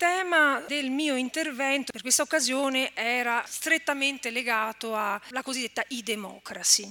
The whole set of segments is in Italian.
tema del mio intervento per questa occasione era strettamente legato alla cosiddetta e-democracy.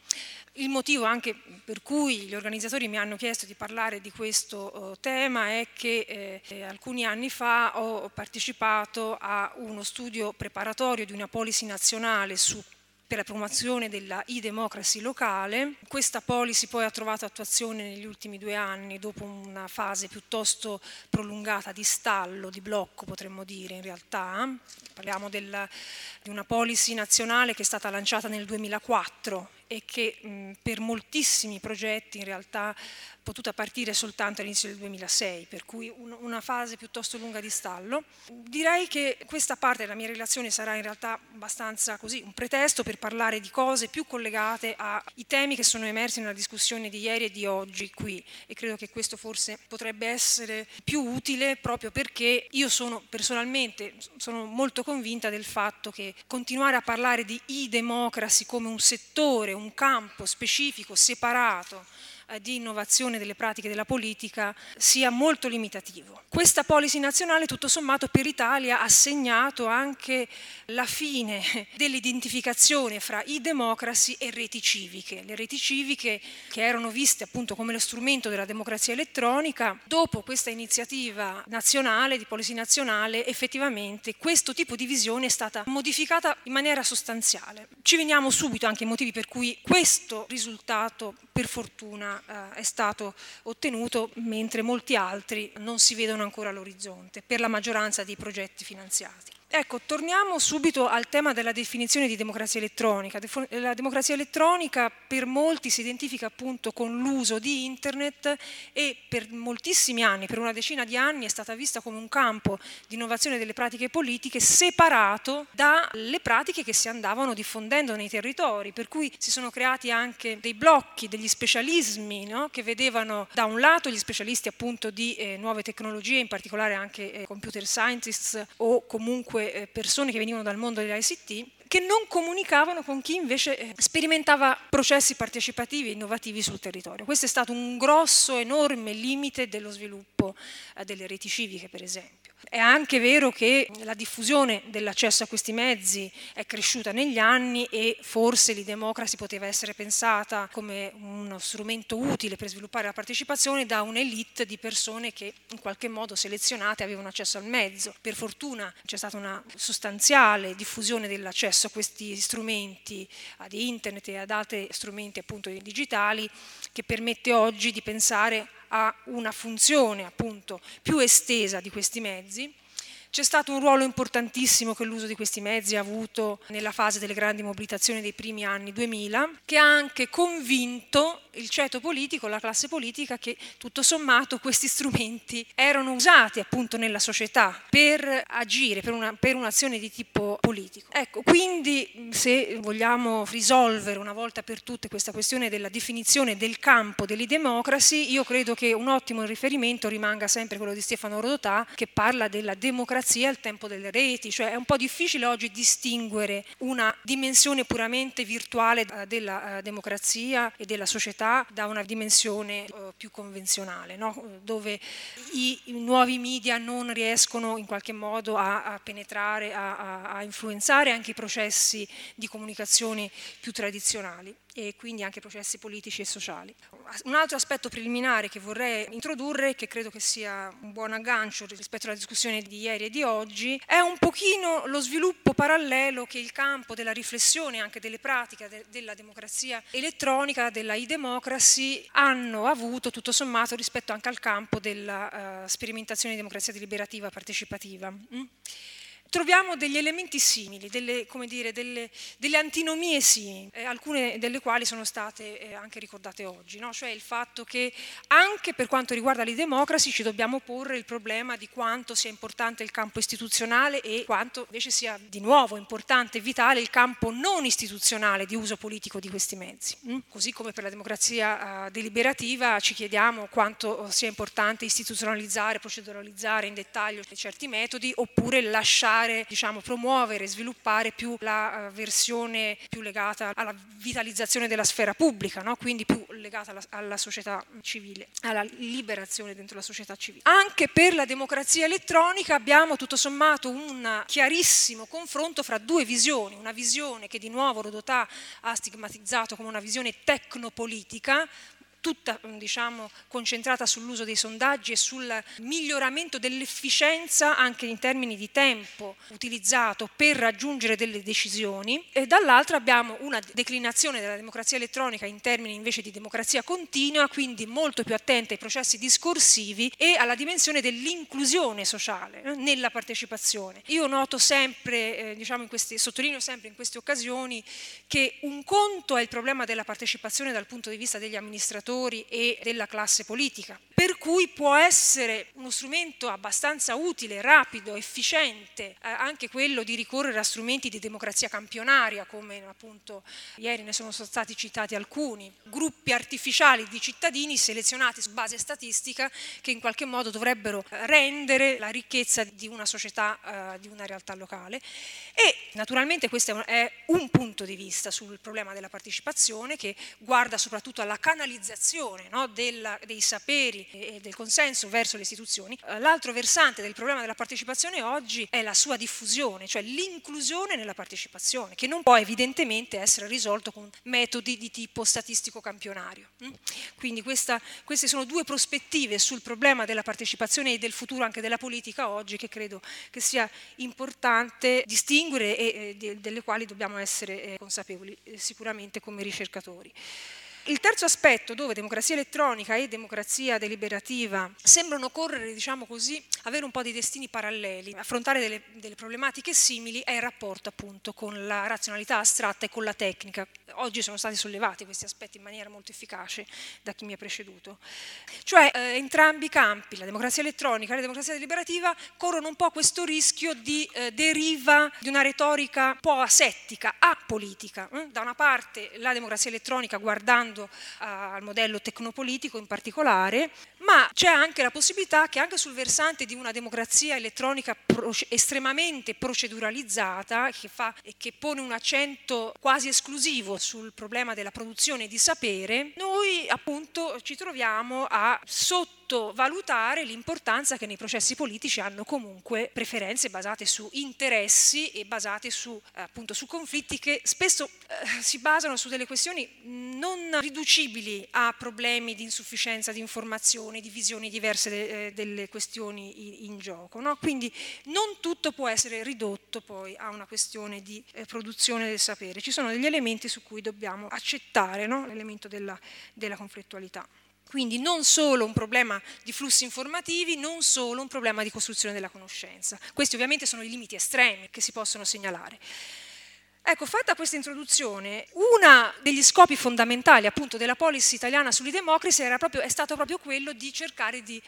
Il motivo anche per cui gli organizzatori mi hanno chiesto di parlare di questo tema è che alcuni anni fa ho partecipato a uno studio preparatorio di una policy nazionale per la promozione della e-democracy locale. Questa policy poi ha trovato attuazione negli ultimi 2 anni, dopo una fase piuttosto prolungata di stallo, di blocco potremmo dire in realtà. Parliamo di una policy nazionale che è stata lanciata nel 2004 e che per moltissimi progetti in realtà è potuta partire soltanto all'inizio del 2006, per cui una fase piuttosto lunga di stallo. Direi che questa parte della mia relazione sarà in realtà abbastanza così, un pretesto per parlare di cose più collegate ai temi che sono emersi nella discussione di ieri e di oggi qui, e credo che questo forse potrebbe essere più utile proprio perché io personalmente sono molto convinta del fatto che continuare a parlare di e-democracy come un settore, un campo specifico, separato di innovazione delle pratiche della politica sia molto limitativo. Questa policy nazionale tutto sommato per l'Italia ha segnato anche la fine dell'identificazione fra e-democracy e reti civiche. Le reti civiche che erano viste appunto come lo strumento della democrazia elettronica, dopo questa iniziativa nazionale, di policy nazionale, effettivamente questo tipo di visione è stata modificata in maniera sostanziale. Ci veniamo subito anche ai motivi per cui questo risultato per fortuna è stato ottenuto, mentre molti altri non si vedono ancora all'orizzonte per la maggioranza dei progetti finanziati. Ecco, torniamo subito al tema della definizione di democrazia elettronica. La democrazia elettronica per molti si identifica appunto con l'uso di internet e per moltissimi anni, per una decina di anni, è stata vista come un campo di innovazione delle pratiche politiche separato dalle pratiche che si andavano diffondendo nei territori, per cui si sono creati anche dei blocchi, degli specialismi, no? Che vedevano da un lato gli specialisti appunto di nuove tecnologie, in particolare anche computer scientists o comunque persone che venivano dal mondo dell'ICT, che non comunicavano con chi invece sperimentava processi partecipativi e innovativi sul territorio. Questo è stato un grosso, enorme limite dello sviluppo delle reti civiche, per esempio. È anche vero che la diffusione dell'accesso a questi mezzi è cresciuta negli anni e forse l'e-democracy poteva essere pensata come uno strumento utile per sviluppare la partecipazione da un'elite di persone che in qualche modo selezionate avevano accesso al mezzo. Per fortuna c'è stata una sostanziale diffusione dell'accesso a questi strumenti, ad internet e ad altri strumenti appunto digitali, che permette oggi di pensare a una funzione appunto più estesa di questi mezzi. C'è stato un ruolo importantissimo che l'uso di questi mezzi ha avuto nella fase delle grandi mobilitazioni dei primi anni 2000, che ha anche convinto il ceto politico, la classe politica, che tutto sommato questi strumenti erano usati appunto nella società per agire, per un'azione di tipo politico. Ecco, quindi se vogliamo risolvere una volta per tutte questa questione della definizione del campo dell'e-democracy, io credo che un ottimo riferimento rimanga sempre quello di Stefano Rodotà, che parla della democrazia al tempo delle reti, cioè è un po' difficile oggi distinguere una dimensione puramente virtuale della democrazia e della società da una dimensione più convenzionale, no? Dove i nuovi media non riescono in qualche modo a penetrare, a influenzare anche i processi di comunicazione più tradizionali e quindi anche processi politici e sociali. Un altro aspetto preliminare che vorrei introdurre, che credo che sia un buon aggancio rispetto alla discussione di ieri e di oggi, è un pochino lo sviluppo parallelo che il campo della riflessione, anche delle pratiche della democrazia elettronica, della e-democracy, hanno avuto tutto sommato rispetto anche al campo della sperimentazione di democrazia deliberativa partecipativa. Troviamo degli elementi simili, delle antinomie simili, alcune delle quali sono state anche ricordate oggi, no? Cioè il fatto che anche per quanto riguarda l'e-democracy ci dobbiamo porre il problema di quanto sia importante il campo istituzionale e quanto invece sia di nuovo importante e vitale il campo non istituzionale di uso politico di questi mezzi. Così come per la democrazia deliberativa ci chiediamo quanto sia importante istituzionalizzare, proceduralizzare in dettaglio certi metodi oppure lasciare fare, promuovere, sviluppare più la versione più legata alla vitalizzazione della sfera pubblica, no? Quindi più legata alla società civile, alla liberazione dentro la società civile. Anche per la democrazia elettronica abbiamo tutto sommato un chiarissimo confronto fra due visioni, una visione che di nuovo Rodotà ha stigmatizzato come una visione tecnopolitica, tutta concentrata sull'uso dei sondaggi e sul miglioramento dell'efficienza anche in termini di tempo utilizzato per raggiungere delle decisioni, e dall'altra abbiamo una declinazione della democrazia elettronica in termini invece di democrazia continua, quindi molto più attenta ai processi discorsivi e alla dimensione dell'inclusione sociale nella partecipazione. Io noto sempre, sottolineo sempre in queste occasioni che un conto è il problema della partecipazione dal punto di vista degli amministratori e della classe politica, per cui può essere uno strumento abbastanza utile, rapido, efficiente, anche quello di ricorrere a strumenti di democrazia campionaria, come appunto ieri ne sono stati citati alcuni, gruppi artificiali di cittadini selezionati su base statistica che in qualche modo dovrebbero rendere la ricchezza di una società, di una realtà locale. E naturalmente questo è un punto di vista sul problema della partecipazione, che guarda soprattutto alla canalizzazione, no, dei saperi e del consenso verso le istituzioni. L'altro versante del problema della partecipazione oggi è la sua diffusione, cioè l'inclusione nella partecipazione, che non può evidentemente essere risolto con metodi di tipo statistico campionario. Quindi queste sono due prospettive sul problema della partecipazione e del futuro anche della politica oggi, che credo che sia importante distinguere e delle quali dobbiamo essere consapevoli sicuramente come ricercatori. Il terzo aspetto, dove democrazia elettronica e democrazia deliberativa sembrano correre, avere un po' di destini paralleli, affrontare delle problematiche simili, è il rapporto appunto con la razionalità astratta e con la tecnica. Oggi sono stati sollevati questi aspetti in maniera molto efficace da chi mi ha preceduto. Cioè entrambi i campi, la democrazia elettronica e la democrazia deliberativa, corrono un po' questo rischio di deriva di una retorica un po' asettica, apolitica. Da una parte la democrazia elettronica guardando al modello tecnopolitico in particolare, ma c'è anche la possibilità che anche sul versante di una democrazia elettronica estremamente proceduralizzata, che pone un accento quasi esclusivo sul problema della produzione di sapere, noi appunto ci troviamo a sottovalutare l'importanza che nei processi politici hanno comunque preferenze basate su interessi e basate su conflitti che spesso si basano su delle questioni non riducibili a problemi di insufficienza di informazioni, di visioni diverse delle questioni in gioco, no? Quindi non tutto può essere ridotto poi a una questione di produzione del sapere. Ci sono degli elementi su cui dobbiamo accettare, no? L'elemento della conflittualità. Quindi non solo un problema di flussi informativi, non solo un problema di costruzione della conoscenza. Questi ovviamente sono i limiti estremi che si possono segnalare. Ecco, fatta questa introduzione, uno degli scopi fondamentali appunto della policy italiana sull'e-democracy è stato proprio quello di cercare di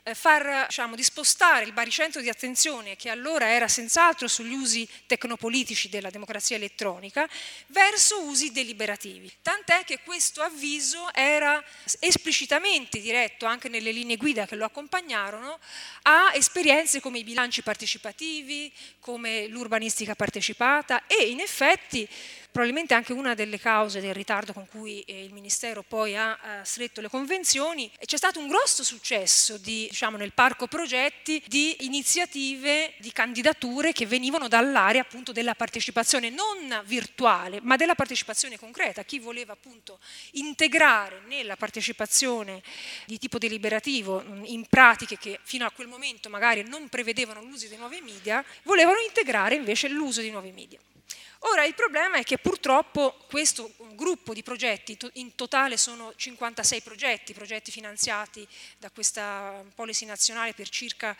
di spostare il baricentro di attenzione, che allora era senz'altro sugli usi tecnopolitici della democrazia elettronica, verso usi deliberativi. Tant'è che questo avviso era esplicitamente diretto, anche nelle linee guida che lo accompagnarono, a esperienze come i bilanci partecipativi, come l'urbanistica partecipata, e in effetti probabilmente anche una delle cause del ritardo con cui il Ministero poi ha stretto le convenzioni, c'è stato un grosso successo nel parco progetti di iniziative, di candidature che venivano dall'area appunto della partecipazione non virtuale, ma della partecipazione concreta. Chi voleva appunto integrare nella partecipazione di tipo deliberativo in pratiche che fino a quel momento magari non prevedevano l'uso dei nuovi media, volevano integrare invece l'uso dei nuovi media. Ora, il problema è che purtroppo questo gruppo di progetti, in totale sono 56 progetti finanziati da questa policy nazionale per circa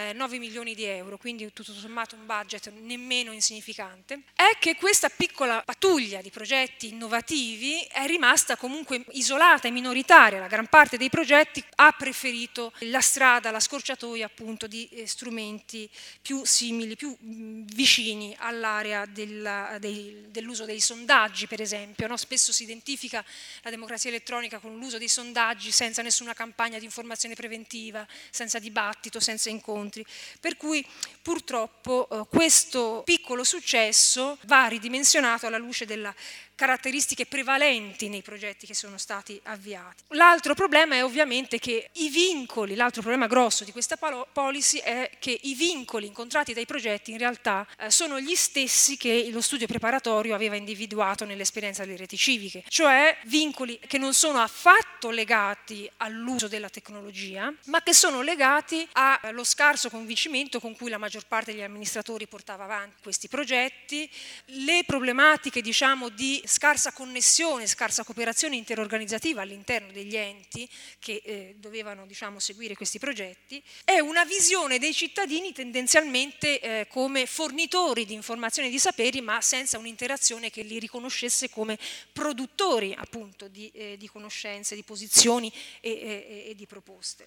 9 milioni di euro, quindi tutto sommato un budget nemmeno insignificante, è che questa piccola pattuglia di progetti innovativi è rimasta comunque isolata e minoritaria. La gran parte dei progetti ha preferito la strada, la scorciatoia appunto di strumenti più simili, più vicini all'area della dell'uso dei sondaggi, per esempio, no? Spesso si identifica la democrazia elettronica con l'uso dei sondaggi senza nessuna campagna di informazione preventiva, senza dibattito, senza incontri, per cui purtroppo questo piccolo successo va ridimensionato alla luce delle caratteristiche prevalenti nei progetti che sono stati avviati. L'altro problema è ovviamente che l'altro problema grosso di questa policy è che i vincoli incontrati dai progetti in realtà sono gli stessi che lo studio preparatorio aveva individuato nell'esperienza delle reti civiche, cioè vincoli che non sono affatto legati all'uso della tecnologia, ma che sono legati allo scarso convincimento con cui la maggior parte degli amministratori portava avanti questi progetti, le problematiche, diciamo, di scarsa connessione, scarsa cooperazione interorganizzativa all'interno degli enti che dovevano, diciamo, seguire questi progetti, e una visione dei cittadini tendenzialmente come fornitori di informazioni e di saperi, ma senza un'interazione che li riconoscesse come produttori appunto di conoscenze, di posizioni e di proposte.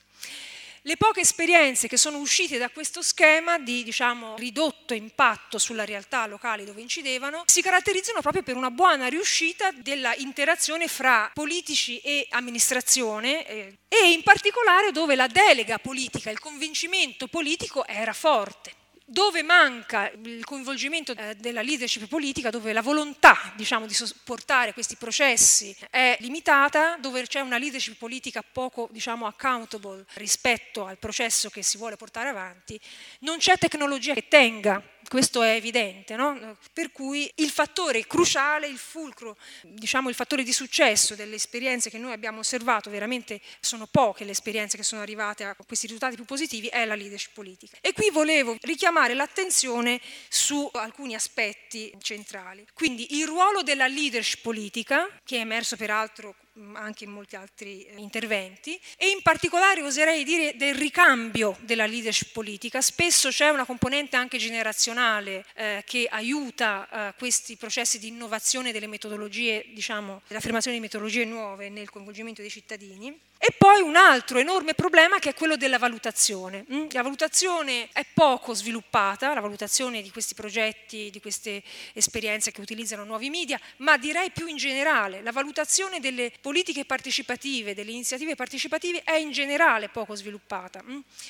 Le poche esperienze che sono uscite da questo schema di, diciamo, ridotto impatto sulla realtà locale dove incidevano si caratterizzano proprio per una buona riuscita della interazione fra politici e amministrazione e in particolare dove la delega politica, il convincimento politico era forte. Dove manca il coinvolgimento della leadership politica, dove la volontà, diciamo, di supportare questi processi è limitata, dove c'è una leadership politica poco, diciamo, accountable rispetto al processo che si vuole portare avanti, non c'è tecnologia che tenga. Questo è evidente, no? Per cui il fattore cruciale, il fulcro, diciamo il fattore di successo delle esperienze che noi abbiamo osservato, veramente sono poche le esperienze che sono arrivate a questi risultati più positivi, è la leadership politica. E qui volevo richiamare l'attenzione su alcuni aspetti centrali. Quindi il ruolo della leadership politica, che è emerso peraltro anche in molti altri interventi, e in particolare oserei dire del ricambio della leadership politica. Spesso c'è una componente anche generazionale che aiuta questi processi di innovazione delle metodologie, diciamo, l'affermazione di metodologie nuove nel coinvolgimento dei cittadini. E poi un altro enorme problema che è quello della valutazione. La valutazione è poco sviluppata, la valutazione di questi progetti, di queste esperienze che utilizzano nuovi media, ma direi più in generale, la valutazione delle politiche partecipative, delle iniziative partecipative è in generale poco sviluppata.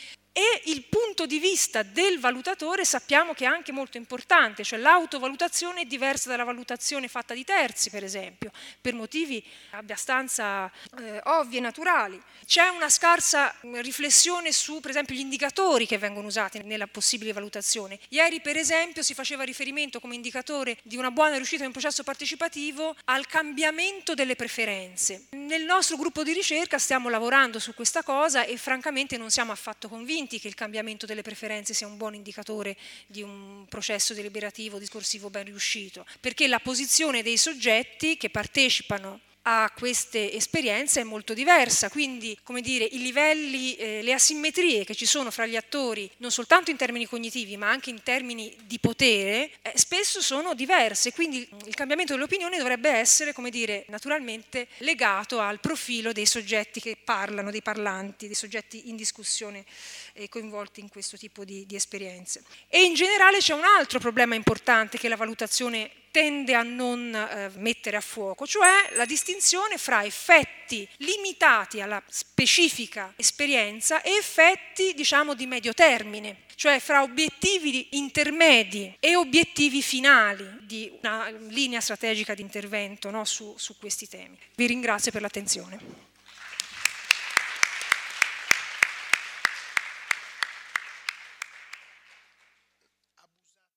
E il punto di vista del valutatore sappiamo che è anche molto importante, cioè l'autovalutazione è diversa dalla valutazione fatta di terzi, per esempio, per motivi abbastanza ovvi e naturali. C'è una scarsa riflessione su, per esempio, gli indicatori che vengono usati nella possibile valutazione. Ieri, per esempio, si faceva riferimento come indicatore di una buona riuscita in un processo partecipativo al cambiamento delle preferenze. Nel nostro gruppo di ricerca stiamo lavorando su questa cosa e francamente non siamo affatto convinti che il cambiamento delle preferenze sia un buon indicatore di un processo deliberativo, discorsivo ben riuscito, perché la posizione dei soggetti che partecipano a queste esperienze è molto diversa, quindi, come dire, i livelli, le asimmetrie che ci sono fra gli attori, non soltanto in termini cognitivi ma anche in termini di potere, spesso sono diverse, quindi il cambiamento dell'opinione dovrebbe essere, come dire, naturalmente legato al profilo dei soggetti che parlano, dei parlanti, dei soggetti in discussione coinvolti in questo tipo di esperienze. E in generale c'è un altro problema importante che la valutazione tende a non mettere a fuoco, cioè la distinzione fra effetti limitati alla specifica esperienza e effetti, diciamo, di medio termine, cioè fra obiettivi intermedi e obiettivi finali di una linea strategica di intervento, no, su questi temi. Vi ringrazio per l'attenzione.